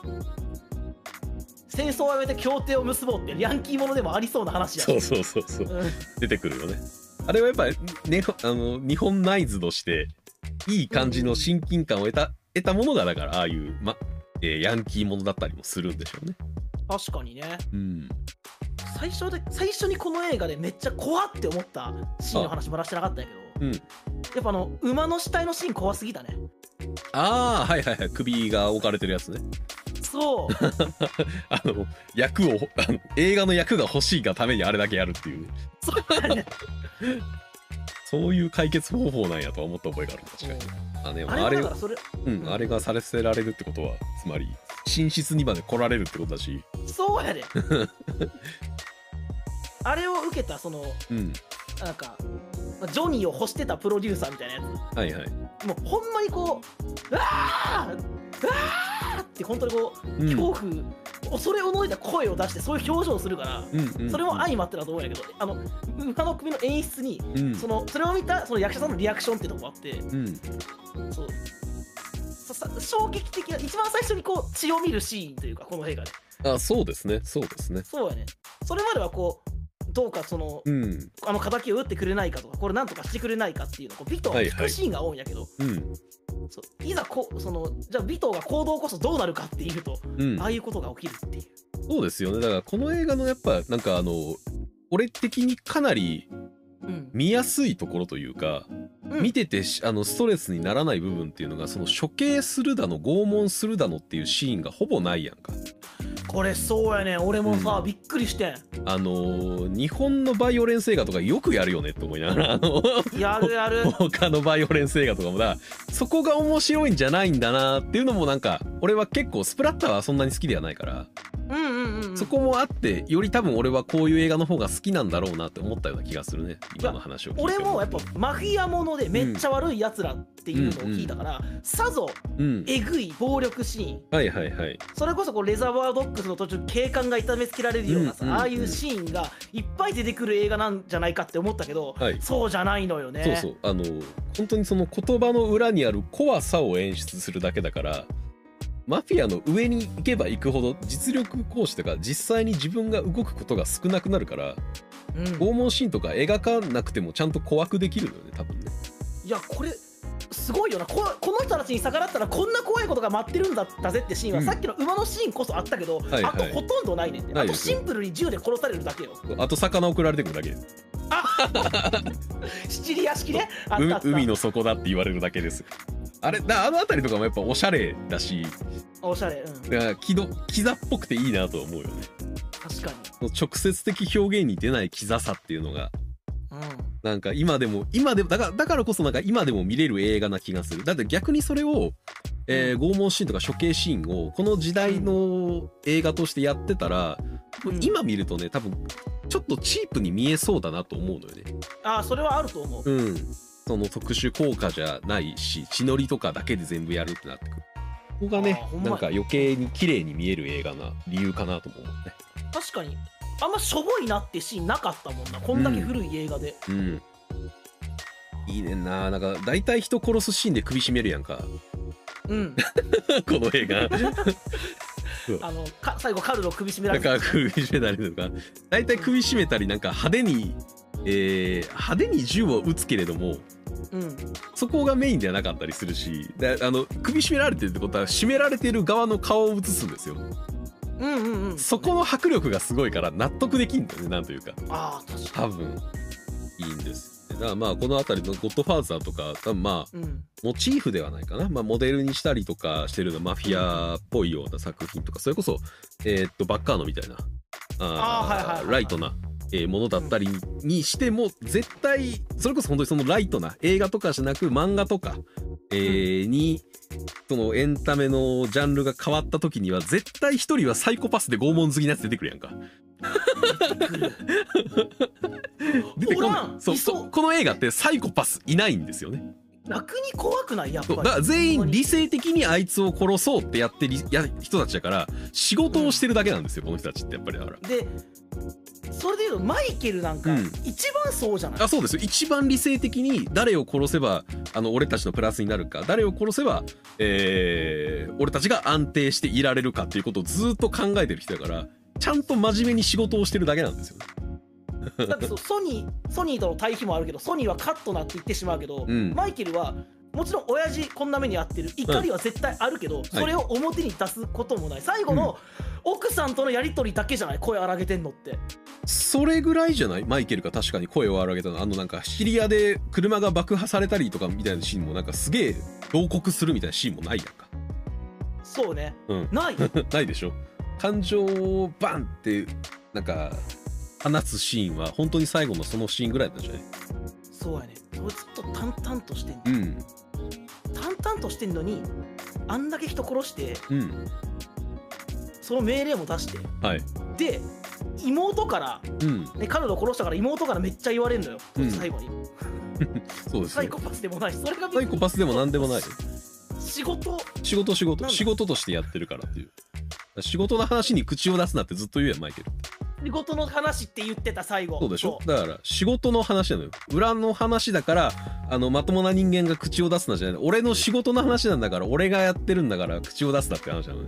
A: 戦争をやめて協定を結ぼうってヤンキーものでもありそうな話や。
B: そう、出てくるよね。あれはやっぱり、ね、日本ナイズとしていい感じの親近感を得たものがだからああいう、ヤンキーものだったりもするんでしょうね。
A: 確かにね。最初にこの映画でめっちゃ怖って思ったシーンの話もらしてなかったんやけど、やっぱ馬の死体のシーン怖すぎたね。
B: はい、首が置かれてるやつね。
A: そう
B: 役を映画の役が欲しいがためにあれだけやるっていう。
A: そうだね
B: そういう解決方法なんやとは思った覚えがある。確かにあれがさせられるってことはつまり寝室にまで来られるってことだし。
A: そうやであれを受けたなんかジョニーを欲してたプロデューサーみたいなやつ、もうほんまにこう「うわーって本当にこう、恐怖恐れおのいた声を出してそういう表情をすするから、それも相まってだと思うんやけど、馬の首の演出に、それを見たその役者さんのリアクションっていうとこがあって、衝撃的な一番最初にこう血を見るシーンというか、この映画で。
B: そうですね。そう
A: やね。それまではこうどうか敵を撃ってくれないかとか、これなんとかしてくれないかっていうのを尾藤が聞くシーンが多いんやけど、いざじゃあ尾藤が行動こそどうなるかっていうと、ああいうことが起きるっていう。
B: そうですよね。だからこの映画のやっぱなんか俺的にかなり見やすいところというか、見ててストレスにならない部分っていうのが、その処刑するだの拷問するだのっていうシーンがほぼないやんか。
A: これそうやね。俺もさ、びっくりしてん。
B: 日本のバイオレンス映画とかよくやるよねって思いながら
A: やる
B: 他のバイオレンス映画とかもそこが面白いんじゃないんだなっていうのも、なんか俺は結構スプラッターはそんなに好きではないから、そこもあってより多分俺はこういう映画の方が好きなんだろうなって思ったような気がするね、今の話を聞いて。
A: 俺もやっぱマフィアものでめっちゃ悪いやつらっていうのを聞いたから、さぞえぐい暴力シーン、それこそこうレザーバードッグスの途中警官が痛めつけられるようなさ、ああいうシーンがいっぱい出てくる映画なんじゃないかって思ったけど、そうじゃないのよね。
B: 本当にその言葉の裏にある怖さを演出するだけだから、マフィアの上に行けば行くほど実力行使とか実際に自分が動くことが少なくなるから、拷問シーンとか描かなくてもちゃんと怖くできるのよね、多分ね。
A: いやこれすごいよな。この人たちに逆らったらこんな怖いことが待ってるんだったぜってシーンは、さっきの馬のシーンこそあったけど、あとほとんどないねんて。あとシンプルに銃で殺されるだけよ。
B: あと魚送られてくるだけ。
A: シチリア式ね。
B: 海の底だって言われるだけです。あの辺りとかもやっぱおしゃれだし、
A: おしゃれ、
B: だからキザっぽくていいなと思うよね。
A: 確か
B: に直接的表現に出ないキザさっていうのが、なんか今でもだからこそなんか今でも見れる映画な気がする。だって逆にそれを、拷問シーンとか処刑シーンをこの時代の映画としてやってたら、今見るとね、多分ちょっとチープに見えそうだなと思うのよね。
A: それはあると思う。
B: その特殊効果じゃないし、血のりとかだけで全部やるってなってくる。ここがね、なんか余計に綺麗に見える映画な理由かなと思うね。
A: 確かにあんましょぼいなってシーンなかったもんな、こんだけ古い映画で。
B: いいねんな。なんか大体人殺すシーンで首絞めるやんか。
A: うん
B: この映画
A: 最後カルロ首絞められて、
B: なんか首絞めたりとか、大体首絞めたりなんか派手に銃を撃つけれども、うん、そこがメインではなかったりするし、で首絞められてるってことは絞められてる側の顔を映すんですよ。そこの迫力がすごいから納得できんだよね、なんというか。
A: ああ、確かに。
B: 多分いいんです。だからまあこの辺りのゴッドファーザーとか多分まあ、モチーフではないかな、まあ、モデルにしたりとかしてるのマフィアっぽいような作品とか、それこそバッカーノみたいなライトなものだったりにしても、絶対それこそ本当にそのライトな映画とかじゃなく漫画とか、にそのエンタメのジャンルが変わった時には絶対一人はサイコパスで拷問好きなやつ出てくるやんか。出てこない。そうこの映画ってサイコパスいないんですよね。
A: 楽に怖くないやっぱり。
B: だから全員理性的にあいつを殺そうってやってる人たちだから仕事をしてるだけなんですよ、この人たちってやっぱり。だから
A: でそれでいうとマイケルなんか一番そうじゃない、
B: あ、そうですよ。一番理性的に誰を殺せば俺たちのプラスになるか、誰を殺せば、俺たちが安定していられるかっていうことをずっと考えてる人だから、ちゃんと真面目に仕事をしてるだけなんですよ。
A: だってソニーとの対比もあるけど、ソニーはカットなって言ってしまうけど、マイケルはもちろん親父こんな目に遭ってる怒りは絶対あるけど、それを表に出すこともない。最後の奥さんとのやり取りだけじゃない、声荒げてんのって。
B: それぐらいじゃない？マイケルが確かに声を荒げたの。なんかシリアで車が爆破されたりとかみたいなシーンも、なんかすげえ慟哭するみたいなシーンもないやんか。
A: そうね、ない
B: ないでしょ。感情をバンってなんか放つシーンは本当に最後のそのシーンぐらいだったじゃない？
A: そうやね。ずっと淡々としてんの、淡々としてんのにあんだけ人殺して、その命令も出して、で妹から、彼女を殺したから妹からめっちゃ言われるのよ、最後に。
B: そうです、
A: サイコパスでもないし、それが
B: サイコパスでも何でもない。
A: 仕事
B: としてやってるからっていう。仕事の話に口を出すなってずっと言うやん、マイケル。
A: 仕事の話って言ってた最後。
B: そうでしょ。だから仕事の話なのよ。裏の話だからまともな人間が口を出すなじゃない。俺の仕事の話なんだから、俺がやってるんだから口を出すなって話なのね。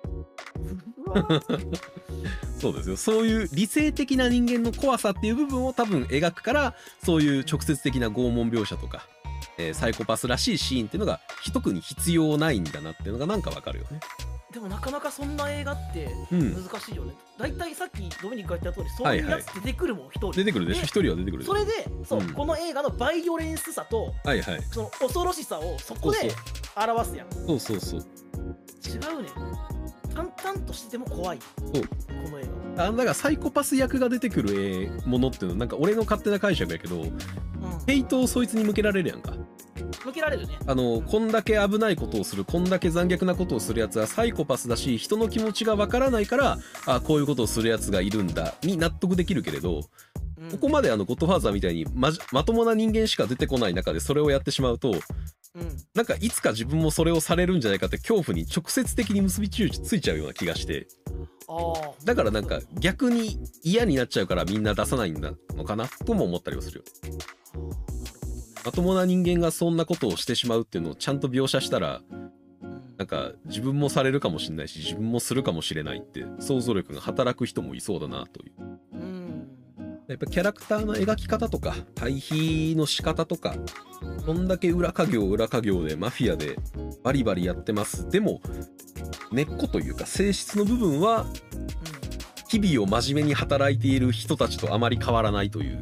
B: そうですよ。そういう理性的な人間の怖さっていう部分を多分描くから、そういう直接的な拷問描写とか、サイコパスらしいシーンっていうのが特に必要ないんだなっていうのがなんかわかるよね。
A: でもなかなかそんな映画って難しいよね。だいたいさっきドミニクが言った通り、そういうやつ出てくるもん、一人。
B: 出てくるでしょ、一人は出てくる。
A: それで、この映画のバイオレンスさと、その恐ろしさをそこで表すやん。
B: そう。
A: 違うね。淡々としてても怖い。この映
B: 画。だからサイコパス役が出てくるものっていうのは、なんか俺の勝手な解釈やけど、ヘイトをそいつに向けられるやんか。
A: 向けられるね。
B: こんだけ危ないことをする、こんだけ残虐なことをするやつはサイコパスだし、人の気持ちがわからないから、こういうことをするやつがいるんだに納得できるけれど、ここまでゴッドファーザーみたいにまともな人間しか出てこない中でそれをやってしまうと、なんかいつか自分もそれをされるんじゃないかって恐怖に直接的に結びついちゃうような気がして、だからなんか逆に嫌になっちゃうからみんな出さないんだのかなとも思ったりはするよ。まともな人間がそんなことをしてしまうっていうのをちゃんと描写したら、なんか自分もされるかもしれないし、自分もするかもしれないって想像力が働く人もいそうだなという。やっぱキャラクターの描き方とか対比の仕方とか、こんだけ裏稼業でマフィアでバリバリやってます。でも根っこというか性質の部分は日々を真面目に働いている人たちとあまり変わらないという。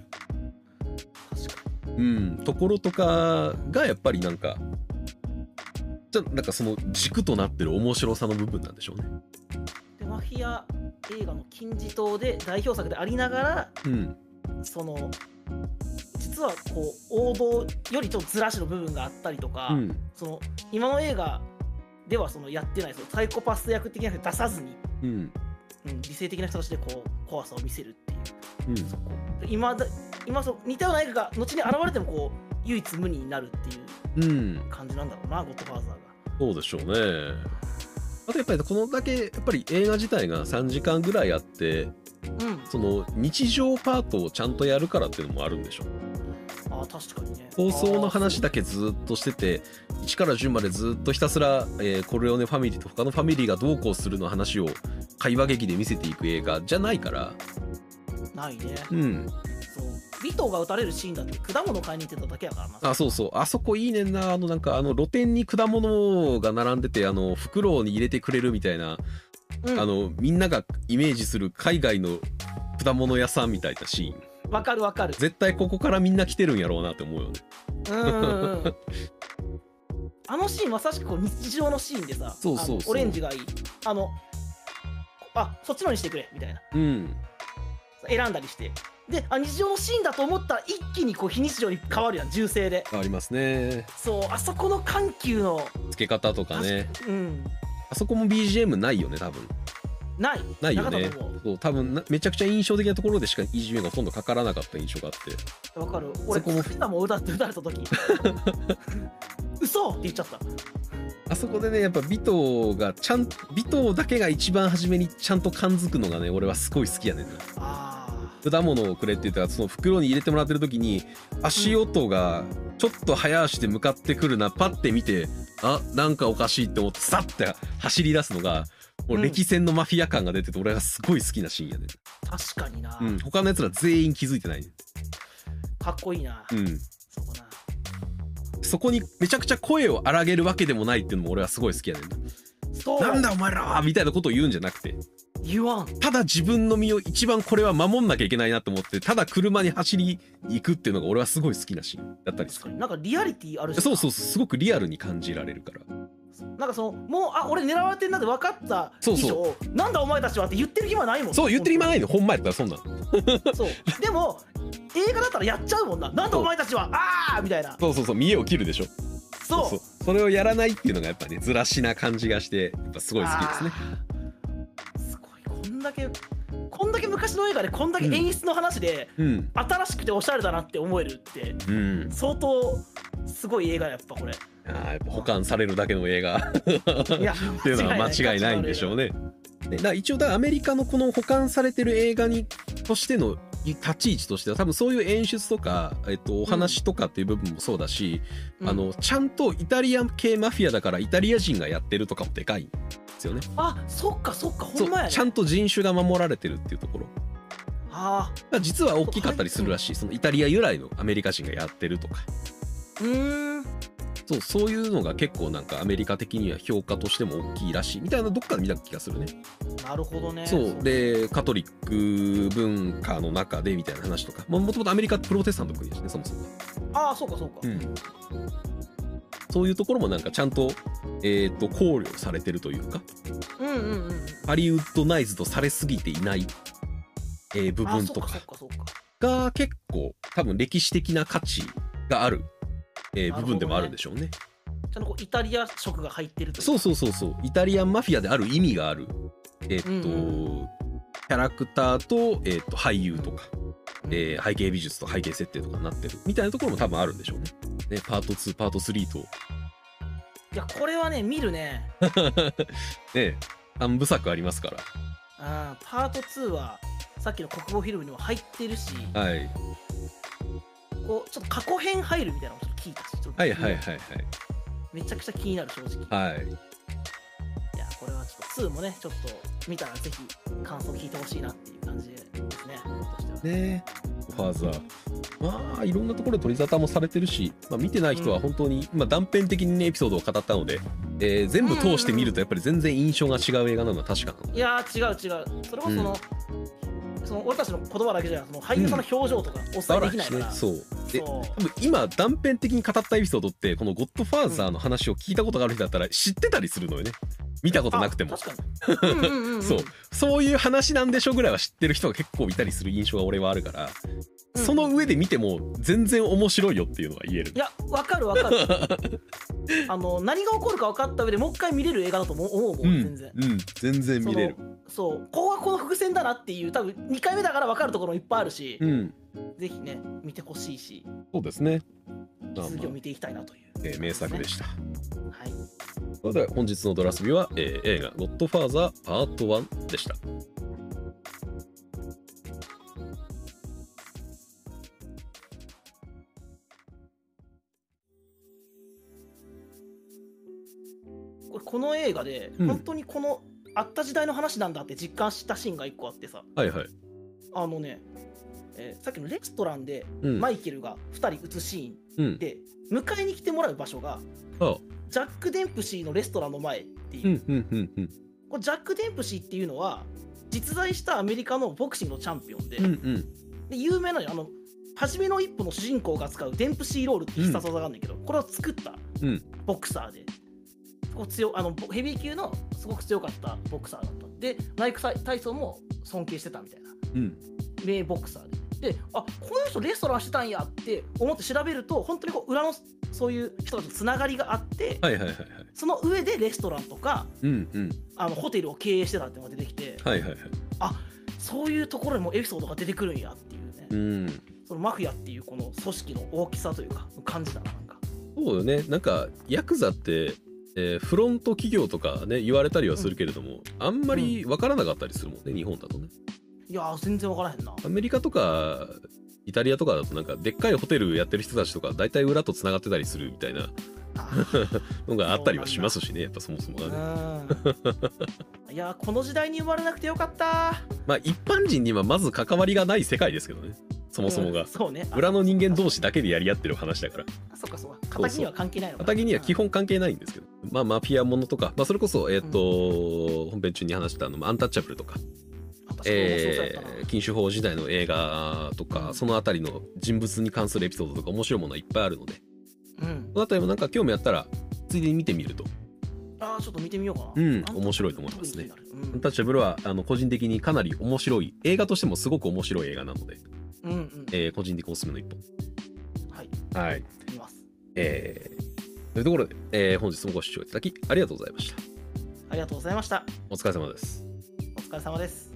B: ところとかがやっぱりなんかその軸となってる面白さの部分なんでしょうね。
A: でマフィア映画の金字塔で代表作でありながら、その実はこう王道よりちょっとずらしの部分があったりとか、その今の映画ではそのやってないそのサイコパス役的な人出さずに、理性的な人たちでこう怖さを見せるっていう、今そう似たような映画が後に現れてもこう唯一無二になるっていう感じなんだろうな、ゴッドファーザーが。
B: そうでしょうね。あとやっぱりこのだけやっぱり映画自体が3時間ぐらいあって、その日常パートをちゃんとやるからっていうのもあるんでしょう。
A: あ確かにね。
B: 放送の話だけずっとしてて1から10までずっとひたすら、コルレオネファミリーと他のファミリーがどうこうするの話を会話劇で見せていく映画じゃないから。
A: ないね。
B: うん。
A: そう尾藤が撃たれるシーンだって果物買いに行ってただけやからな。
B: あ、そうそう、あそこいいねんな。なんか露店に果物が並んでて袋に入れてくれるみたいな、うん、みんながイメージする海外の果物屋さんみたいなシーン。
A: わかるわかる。
B: 絶対ここからみんな来てるんやろうなって思うよね。
A: あのシーンまさしく日常のシーンでさ、
B: そうそうそう、
A: オレンジがいい、そっちのにしてくれみたいな、
B: うん、
A: 選んだりして、で日常のシーンだと思ったら一気に非日常に変わるやん、銃声で。
B: 変わりますね。
A: そう、あそこの緩急の
B: 付け方とかね、
A: うん、
B: あそこも BGM ないよね多分。ないよね。そう多分めちゃくちゃ印象的なところでしか BGM がほとんどかからなかった印象があって。
A: わかる。俺こもフィタも歌れた時嘘って言っちゃった。
B: あそこでねやっぱ尾藤だけが一番初めにちゃんと感づくのがね俺はすごい好きやねんな。果物をくれって言ったらその袋に入れてもらってる時に足音がちょっと早足で向かってくるな、パッて見てなんかおかしいって思ってさって走り出すのがもう歴戦のマフィア感が出てて俺がすごい好きなシーンやね。
A: 確かにな。
B: うん、他のやつら全員気づいてない、ね、
A: かっこいいな。
B: うん、そこにめちゃくちゃ声を荒げるわけでもないっていうのも俺はすごい好きやねん。なんだお前らはみたいなことを言うんじゃなくて、
A: 言わん。
B: ただ自分の身を一番これは守んなきゃいけないなと思ってただ車に走りに行くっていうのが俺はすごい好きなシーンだったりする。
A: なんかリアリティあるし。
B: そうそう、すごくリアルに感じられるから。
A: なんかもう俺狙われてんなって分かった以上、なんだお前たちはって言ってる暇ないもん。
B: そう言ってる暇ないの、ほんまやったらそんな
A: そうでも映画だったらやっちゃうもんな。なんだお前たちはみたいな。
B: そう見栄を切るでしょ。それをやらないっていうのがやっぱねずらしな感じがしてやっぱすごい好きですね。
A: すごい、こんだけ昔の映画でこんだけ演出の話で、新しくておしゃれだなって思えるって、相当すごい映画やっぱこれ。
B: やっぱ保管されるだけの映画っていうのは間違いないんでしょうね。一応アメリカのこの保管されてる映画としての立ち位置としては多分そういう演出とか、お話とかっていう部分もそうだし、ちゃんとイタリア系マフィアだからイタリア人がやってるとかもでかいんですよね。
A: そっかほんまやね。
B: ちゃんと人種が守られてるっていうところ実は大きかったりするらしい。そのイタリア由来のアメリカ人がやってるとか。そういうのが結構なんかアメリカ的には評価としても大きいらしいみたいなどっかで見た気がするね。
A: なるほどね。
B: そうでカトリック文化の中でみたいな話とか、もともとアメリカってプロテスタントの国だしねそもそも。
A: そうか、
B: そういうところもなんかちゃんと、考慮されてるというか、ハリウッドナイズとされすぎていない、部分とかが結構多分歴史的な価値がある部分でもあるんでしょうね。
A: ちゃんとイタリア色が入ってると。
B: そうイタリアンマフィアである意味があるキャラクターと、俳優とか、背景美術と背景設定とかになってるみたいなところも多分あるんでしょうね。パート2パート3と。い
A: やこれはね見るね。
B: 3部作ありますから。
A: パート2はさっきの国語フィルムにも入ってるし、ちょっと過去編入るみたいなのをちょっと聞いたし、めちゃくちゃ気になる正直。いやこれはちょっと2もねちょっと見たらぜひ感想聞いてほしいなっていう感じですね。
B: ファーザーいろんなところで取り沙汰もされてるし、見てない人は本当に、断片的にねエピソードを語ったので、全部通して見るとやっぱり全然印象が違う映画なのは確かなの。
A: いや違うそれこそ俺たちの言葉だけじゃ俳優さんの表情とかお伝えできないから、
B: で多分今断片的に語ったエピソードってこのゴッドファーザーの話を聞いたことがある人だったら知ってたりするのよね。見たことなくても。そういう話なんでしょぐらいは知ってる人が結構いたりする印象が俺はあるから、その上で見ても全然面白いよっていうのは言える。
A: いやわかる何が起こるか分かった上でもう一回見れる映画だと思うもん。全然見れる。ここはこの伏線だなっていう多分2回目だから分かるところもいっぱいあるし、ぜひね見てほしいし。
B: そうですね。
A: 続きを見ていきたいなという、
B: 名作でした。それでは本日のドラスビは、映画「ゴッドファーザーパート1」でした。
A: この映画で本当にこのあった時代の話なんだって実感したシーンが1個あってさ、
B: はいはい、
A: さっきのレストランでマイケルが2人撃つシーンで、迎えに来てもらう場所がジャック・デンプシーのレストランの前っていう、これジャック・デンプシーっていうのは実在したアメリカのボクシングのチャンピオンで、で有名な初めの一歩の主人公が使うデンプシーロールって必殺技があるんだけど、これを作ったボクサーで、ヘビー級のすごく強かったボクサーだった。でマイク・タイソンも尊敬してたみたいな、名ボクサーで、この人レストランしてたんやって思って調べると、本当に裏のそういう人たちとつながりがあって、その上でレストランとか、ホテルを経営してたっていうのが出てきて、そういうところにもエピソードが出てくるんやっていうね、そのマフィアっていうこの組織の大きさというか感じだな。なんか
B: そうよね。なんかヤクザってフロント企業とかね言われたりはするけれども、あんまり分からなかったりするもんね、日本だとね。
A: いや全然分からへんな。
B: アメリカとかイタリアとかだとなんかでっかいホテルやってる人たちとか大体裏とつながってたりするみたいなのがあったりはしますしね、やっぱそもそもがね。
A: いやこの時代に生まれなくてよかった。
B: まあ一般人にはまず関わりがない世界ですけどね、そもそもが、
A: そうね、
B: 裏の人間同士だけでやり合ってる話だから。
A: そっかそうか、仇には関係ないのか。
B: 仇には基本関係ないんですけど、まあマフィアものとか、それこそ本編中に話したアンタッチャブルとか、禁酒法時代の映画とか、そのあたりの人物に関するエピソードとか面白いものはいっぱいあるので、そのあたりもなんか興味あったらついでに見てみると、
A: ちょっと見てみようかな。
B: 面白いと思いますね。アンタッチャブルは個人的にかなり面白い映画としてもすごく面白い映画なので、個人的おすすめの一本。はい、見ます。というところで、本日もご視聴いただきありがとうございました。
A: ありがとうございました。
B: お疲れ様です。
A: お疲れ様です。